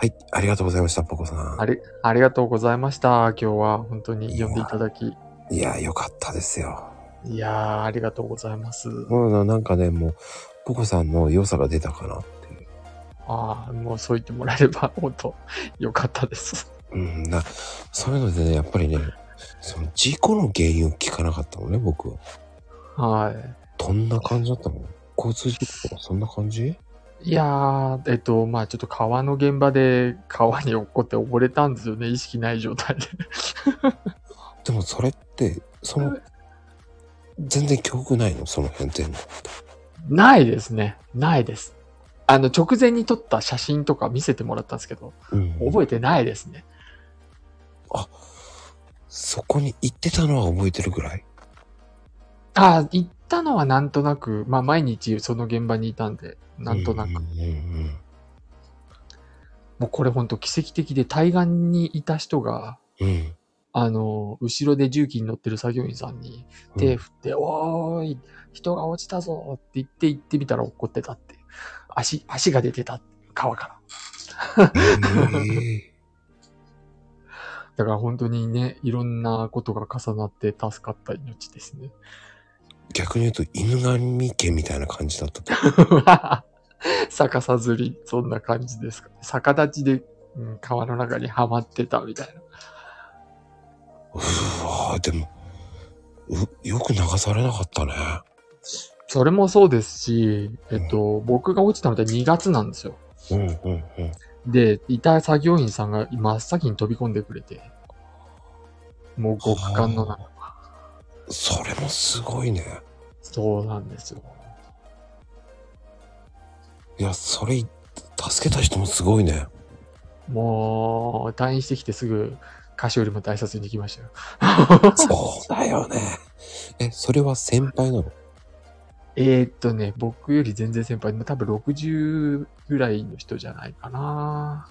はい、ありがとうございました、ポコさん。 ありがとうございました。今日は本当に読んでいただき。 いや、よかったですよ。 いやー、ありがとうございます。 なんかね、もう、ポコさんの良さが出たかなっていう。 ああ、もうそう言ってもらえれば、本当よかったです。 そういうのでね、やっぱりね、その事故の原因を聞かなかったのね、僕は。 はい。 どんな感じだったの？交通事故とかそんな感じ？ いやー、まあちょっと川の現場で川に落っこって溺れたんですよね。意識ない状態で。 でもそれって、全然記憶ないの？その辺っていうの。 ないですね。ないです。直前に撮った写真とか見せてもらったんですけど、覚えてないですね。 あ、そこに行ってたのは覚えてるぐらい？ 行ったのはなんとなく、まあ毎日その現場にいたんで、なんとなく。もうこれほんと奇跡的で対岸にいた人が、後ろで重機に乗ってる作業員さんに手振って、おーい、人が落ちたぞって言ってみたら落っこってたって。足が出てた、川から。だから本当にね、いろんなことが重なって助かった命ですね。 逆に言うと犬神家みたいな感じだったと。 逆さずり、そんな感じですかね。逆立ちで、川の中にはまってたみたいな。 でも、よく流されなかったね。 それもそうですし、僕が落ちたのって2月なんですよ。で、いた作業員さんが真っ先に飛び込んでくれて、もう極寒の中。 それもすごいね。 そうなんですよ。 いや、それ、助けた人もすごいね。 もう、退院してきてすぐ、歌手よりも大切に行きましたよ。 そうだよね。それは先輩なの？ 僕より全然先輩、多分60ぐらいの人じゃないかな。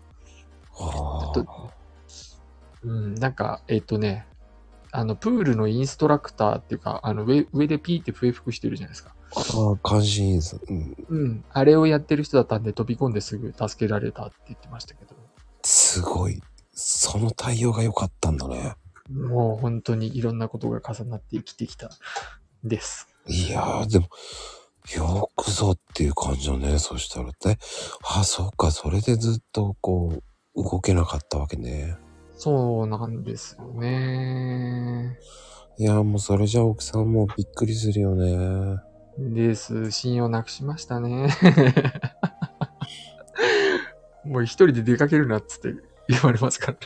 なんか、プールのインストラクターっていうか、上でピーって笛吹くしてるじゃないですか。 監視員さん。 あれをやってる人だったんで飛び込んですぐ助けられたって言ってましたけど。 すごい。その対応が良かったんだね。 もう本当にいろんなことが重なって生きてきたです。 いやー、でも、よくぞっていう感じだね。そしたらね。そうか。それでずっとこう、動けなかったわけね。 そうなんですよね。 いやー、もうそれじゃ奥さんもびっくりするよね。 です。信用なくしましたね。もう一人で出かけるなっつって言われますからね。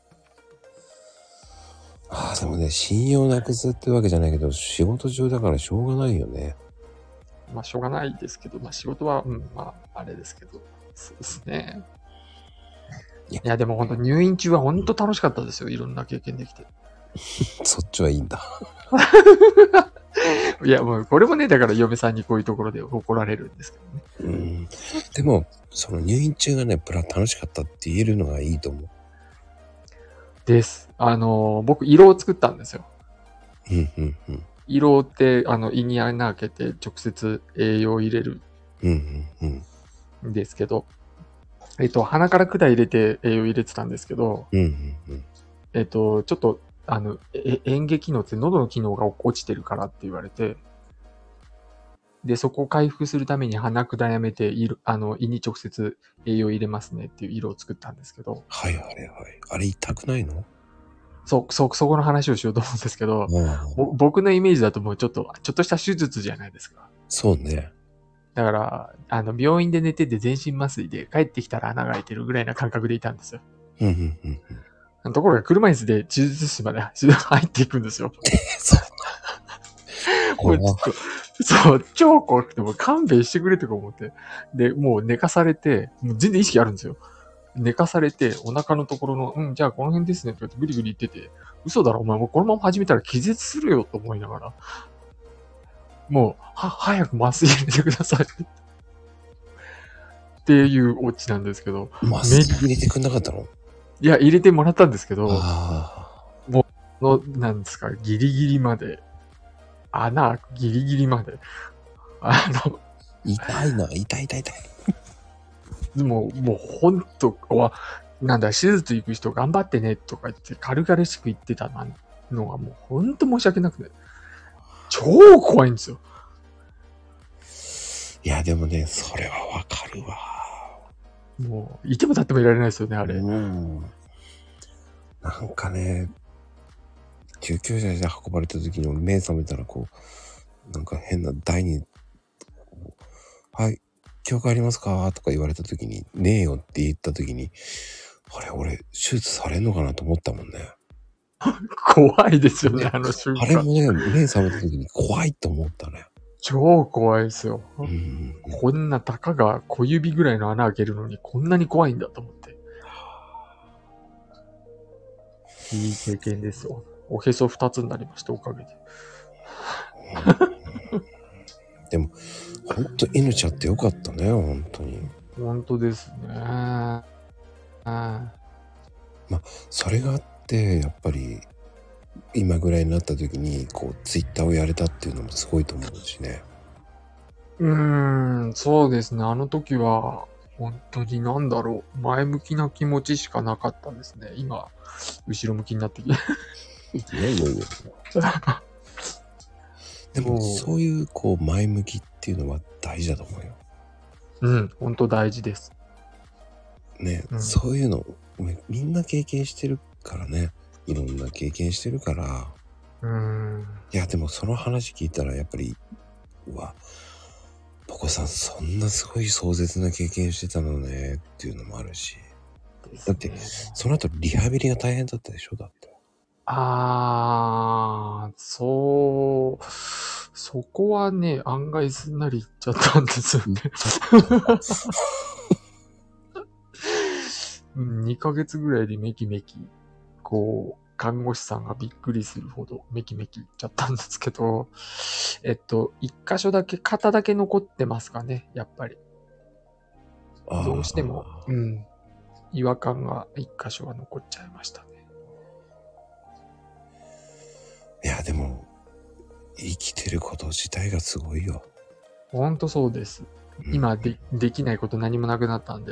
でもね、信用なくすってわけじゃないけど、仕事中だからしょうがないよね。 まあ、しょうがないですけど、まあ、仕事は、まあ、あれですけど。そうですね。いや、でも本当入院中は本当楽しかったですよ。いろんな経験できて。 そっちはいいんだ。 いや、もう、これもね、だから嫁さんにこういうところで怒られるんですけどね。 でも、その入院中がね、楽しかったって言えるのがいいと思う。 です。僕、胃ろうを作ったんですよ。胃ろうって、胃に穴開けて直接栄養を入れる。んですけど、鼻から管入れて栄養入れてたんですけど、ちょっと、嚥下機能って喉の機能が落ちてるからって言われて、で、そこを回復するために鼻管やめて、胃に直接栄養入れますねっていう胃ろうを作ったんですけど。 あれ痛くないの？ そこの話をしようと思うんですけど、僕のイメージだともうちょっとした手術じゃないですか。 そうね。 だから、病院で寝てて全身麻酔で帰ってきたら穴が開いてるぐらいな感覚でいたんですよ。ところが車椅子で手術室まで入っていくんですよ。これちょっと、そう、超怖くても勘弁してくれとか思って。で、もう寝かされて、もう全然意識あるんですよ。寝かされて、お腹のところの、じゃあこの辺ですね、とかってグリグリ言ってて、嘘だろ、お前もうこのまま始めたら気絶するよ、と思いながら。もう、早く麻酔入れてください。っていうオチなんですけど。 麻酔入れてくんなかったの？ いや、入れてもらったんですけど、もう、なんですか、ギリギリまで、穴ギリギリまで、 痛いな、痛い。 もうほんと、なんだ、手術行く人頑張ってねとか言って軽々しく言ってたのがもうほんと申し訳なくて、超怖いんですよ。 いや、でもね、それはわかるわ。 もう、いても立ってもいられないですよね、あれ。 なんかね、救急車で運ばれた時に目覚めたらなんか変な台に、はい、記憶ありますかとか言われた時に、ねえよって言った時に、あれ、俺、手術されんのかなと思ったもんね。 怖いですよね、あの瞬間。 あれもね、目覚めた時に怖いと思ったね。 超怖いですよ。こんなたかが小指ぐらいの穴開けるのにこんなに怖いんだと思って。いい経験ですよ。おへそ2つになりました、おかげで。 でも、ほんと命あってよかったね、本当に。 本当ですね。まあ、それがあって、やっぱり、今ぐらいになった時に、ツイッターをやれたっていうのもすごいと思うしね。 そうですね。あの時は、本当になんだろう。前向きな気持ちしかなかったですね。今、後ろ向きになってきて。 いやいやいや。でも、そういう前向きっていうのは大事だと思うよ。本当大事です。 ね、そういうの、みんな経験してるからね。いろんな経験してるから。いや、でもその話聞いたらやっぱり、ポコさんそんなすごい壮絶な経験してたのねっていうのもあるし。だって、その後リハビリが大変だったでしょだって。 そこはね、案外すんなりいっちゃったんですよね。2ヶ月ぐらいでメキメキ、看護師さんがびっくりするほどメキメキいっちゃったんですけど、一箇所だけ、肩だけ残ってますかね、やっぱり。どうしても、違和感が一箇所は残っちゃいましたね。 いや、でも、生きてること自体がすごいよ。 ほんとそうです。今できないこと何もなくなったんで。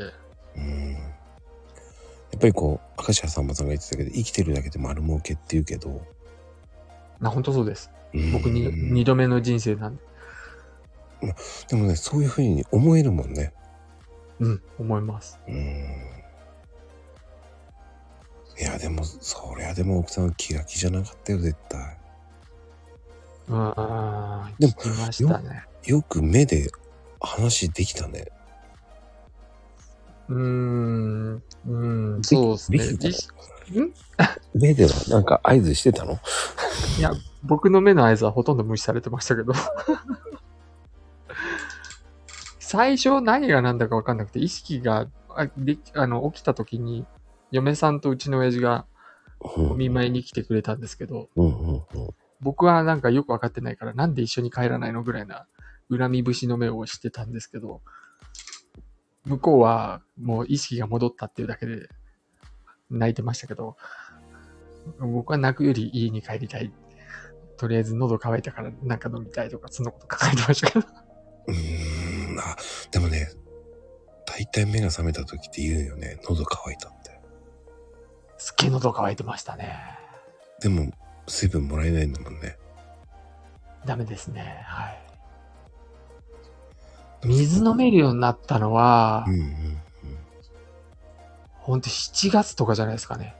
やっぱり明石家さんまさんが言ってたけど、生きてるだけで丸儲けって言うけど。 ほんとそうです。僕に2度目の人生なんで。 でもね、そういうふうに思えるもんね。 思います。 いや、でも、そりゃでも奥さんは気が気じゃなかったよ、絶対。 でも、聞きましたね。 よく目で話できたね。 そうですね。 目ではなんか合図してたの？ いや、僕の目の合図はほとんど無視されてましたけど。最初何が何だか分かんなくて、意識が起きた時に、嫁さんとうちの親父がお見舞いに来てくれたんですけど、僕はなんかよく分かってないから、なんで一緒に帰らないのぐらいな恨み節の目をしてたんですけど、向こうはもう意識が戻ったっていうだけで泣いてましたけど、僕は泣くより家に帰りたい。とりあえず喉乾いたからなんか飲みたいとか、そんなこと考えてましたけど。 でもね、大体目が覚めた時って言うよね。喉乾いたって。 すっげえ喉乾いてましたね。 でも、水分もらえないんだもんね。 ダメですね。はい。水飲めるようになったのは、ほんと7月とかじゃないですかね。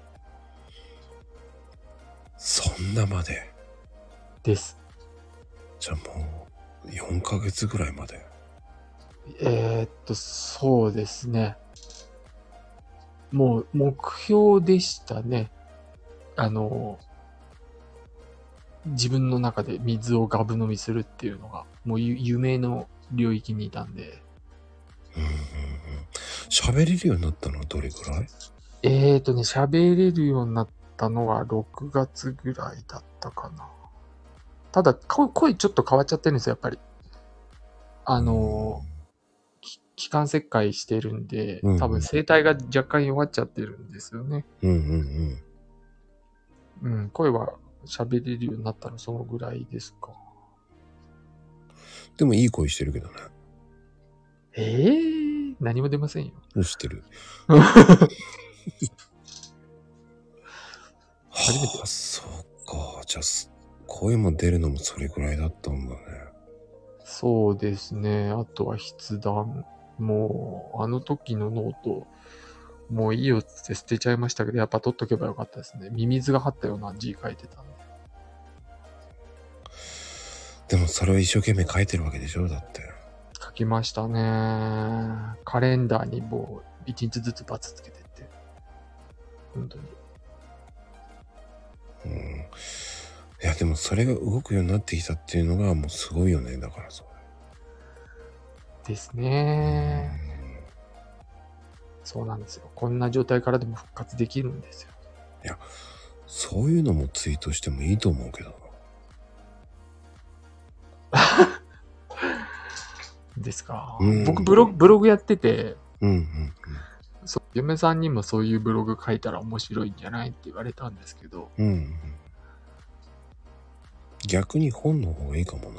そんなまでです。 じゃあもう4ヶ月ぐらいまで。 そうですね。もう目標でしたね。自分の中で水をガブ飲みするっていうのが、もう夢の領域にいたんで。 喋れるようになったのはどれぐらい？ 喋れるようになったのは6月ぐらいだったかな。ただ、声ちょっと変わっちゃってるんですよ、やっぱり。気管切開してるんで、多分声帯が若干弱っちゃってるんですよね。声は喋れるようになったのそのぐらいですか。 でもいい声してるけどね。 何も出ませんよ。 知ってる。 初めて。 そうか。じゃあ、声も出るのもそれぐらいだったんだね。 そうですね。あとは筆談。もう、あの時のノート、もういいよって捨てちゃいましたけど、やっぱ取っとけばよかったですね。ミミズが張ったような字書いてたんで。 でもそれを一生懸命書いてるわけでしょだって。 書きましたね。カレンダーにもう一日ずつバツつけてって。本当に。 いやでもそれが動くようになってきたっていうのがもうすごいよね。だからそうですね。そうなんですよ。こんな状態からでも復活できるんですよ。 いや、そういうのもツイートしてもいいと思うけどな。 ですか。僕ブログやってて、そう、嫁さんにもそういうブログ書いたら面白いんじゃないって言われたんですけど、 逆に本の方がいいかもな。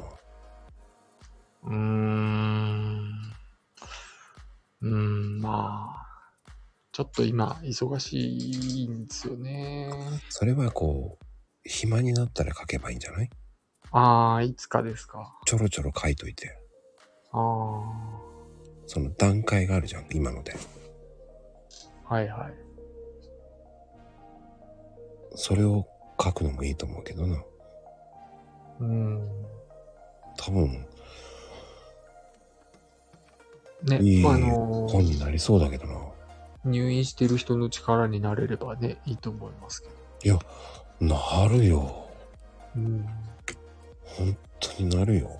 まあ、ちょっと今忙しいんですよね。 それはこう暇になったら書けばいいんじゃない？ いつかですか。 ちょろちょろ書いといて。 その段階があるじゃん、今ので。 はいはい。 それを書くのもいいと思うけどな。多分ね、いい本になりそうだけどな。 入院してる人の力になれればね、いいと思いますけど。 いや、なるよ。本当になるよ。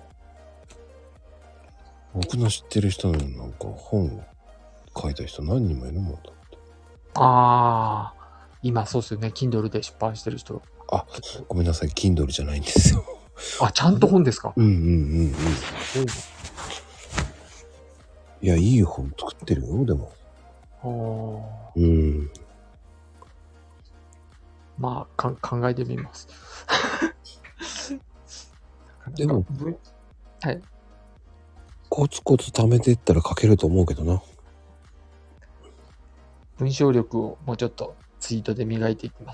僕の知ってる人のなんか本書いた人何人もいるもんだって。 今そうっすよね。Kindle で出版してる人。 ごめんなさい。Kindle じゃないんですよ。 ちゃんと本ですか？ いや、いい本作ってるよ、でも。 まあ、考えてみます。 でも、 はい。 コツコツ貯めていったら書けると思うけどな。 文章力をもうちょっとツイートで磨いていきます。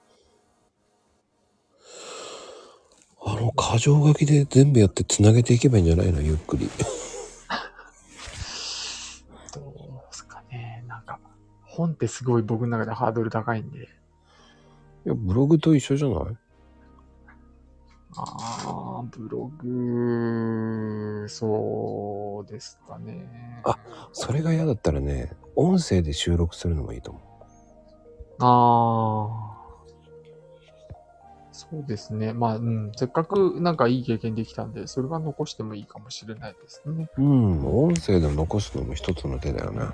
箇条書きで全部やってつなげていけばいいんじゃないの？ゆっくり。 どうですかね。なんか、本ってすごい僕の中でハードル高いんで。いや、ブログと一緒じゃない？ ブログ、そうですかね。 それが嫌だったらね、音声で収録するのもいいと思う。そうですね。まあ、せっかくなんかいい経験できたんで、それは残してもいいかもしれないですね。 音声で残すのも一つの手だよね。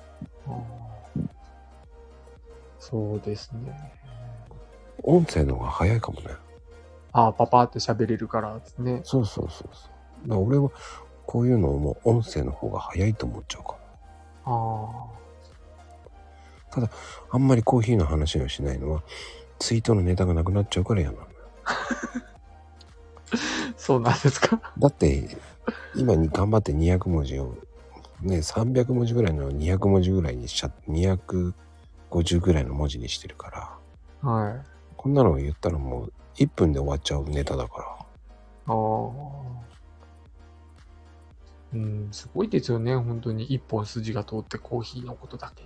そうですね。 音声の方が早いかもね。 パパーって喋れるからですね。 そう。だから俺はこういうのも音声の方が早いと思っちゃうかも。ただ、あんまりコーヒーの話をしないのは、ツイートのネタがなくなっちゃうから嫌なのよ。 そうなんですか？ だって、今に頑張って200文字を、ね、300文字ぐらいの200文字ぐらいにしちゃって、250ぐらいの文字にしてるから。こんなの言ったらもう1分で終わっちゃうネタだから。 すごいですよね。本当に一本筋が通ってコーヒーのことだけ。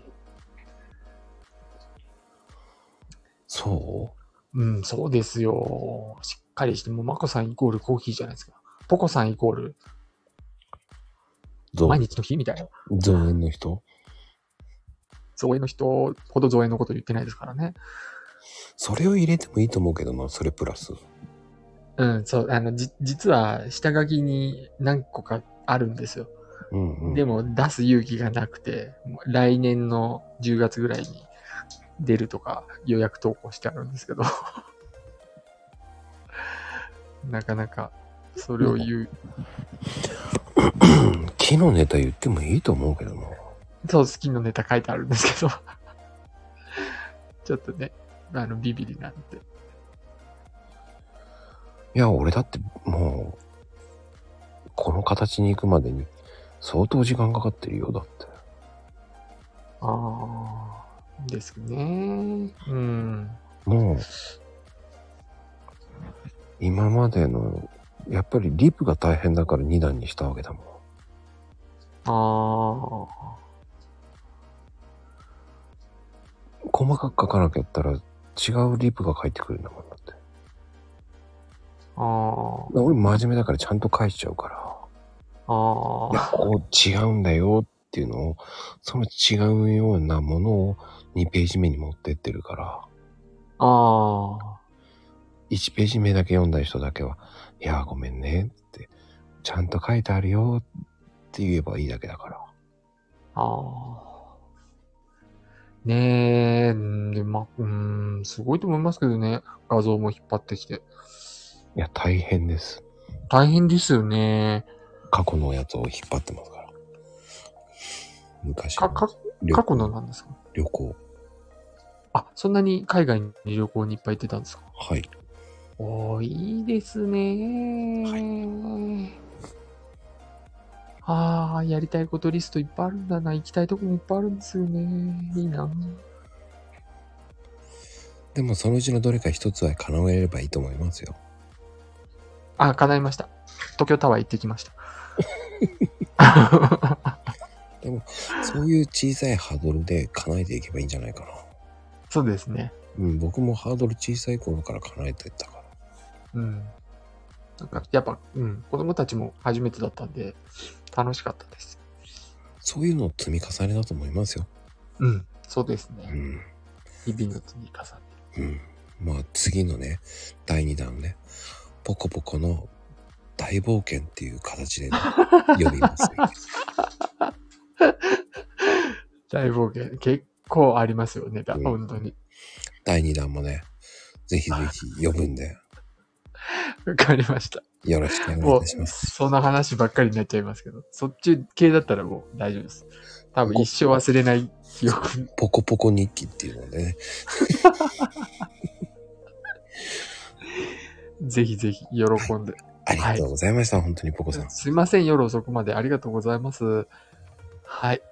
そうそうですよ。しっかりして、もうマコさんイコールコーヒーじゃないですか。ポコさんイコール毎日の日みたいな。 造園の人ほど造園のこと言ってないですからね。 それを入れてもいいと思うけどな、それプラス。 そう、実は下書きに何個かあるんですよ。でも出す勇気がなくて、来年の10月ぐらいに出るとか予約投稿してあるんですけどなかなかそれを言う木のネタ言ってもいいと思うけどな。 そう、好きのネタ書いてあるんですけどちょっとね、ビビりなんて。 いや、俺だってもうこの形に行くまでに相当時間かかってるよ、だって。 ああ、ですね。うん。 もう、今までの、やっぱりリプが大変だから2段にしたわけだもん。 ああ。 細かく書かなきゃったら違うリプが返ってくるんだもんだって。 ああ。 俺真面目だからちゃんと返しちゃうから。 ああ。 いや、こう違うんだよっていうのを、その違うようなものを2ページ目に持ってってるから。 ああ。 1ページ目だけ読んだ人だけは、いや、ごめんねって、ちゃんと書いてあるよって言えばいいだけだから。 ああ。ねえ、で、すごいと思いますけどね。画像も引っ張ってきて。 いや、大変です。 大変ですよね。 過去のやつを引っ張ってますから。昔の。 過去のなんですか？ 旅行。 あ、そんなに海外に旅行にいっぱい行ってたんですか？ はい。 いいですね。はい、ああ、やりたいことリストいっぱいあるんだな。行きたいとこもいっぱいあるんですよね。いいな。 でもそのうちのどれか一つは叶えればいいと思いますよ。 あ、叶いました。東京タワー行ってきました。 でも、そういう小さいハードルで叶えていけばいいんじゃないかな。 そうですね。 うん、僕もハードル小さい頃から叶えてったから。 うん。なんかやっぱ、子供たちも初めてだったんで、楽しかったです。 そういうのを積み重ねだと思いますよ。 うん、そうですね。 うん。 日々の積み重ね。うん。まあ次のね、第2弾ね、ポコポコの大冒険っていう形で、ね、呼びますよ。 大冒険、結構ありますよね、本当に。 第2弾もね、ぜひぜひ呼ぶんで。 わかりました。 よろしくお願いいたします。 そんな話ばっかりになっちゃいますけど、そっち系だったらもう大丈夫です。多分一生忘れない記憶。 ポコポコ日記っていうのでね。 ぜひぜひ喜んで。 ありがとうございました。本当にポコさん。 すいません、夜遅くまでありがとうございます。はい。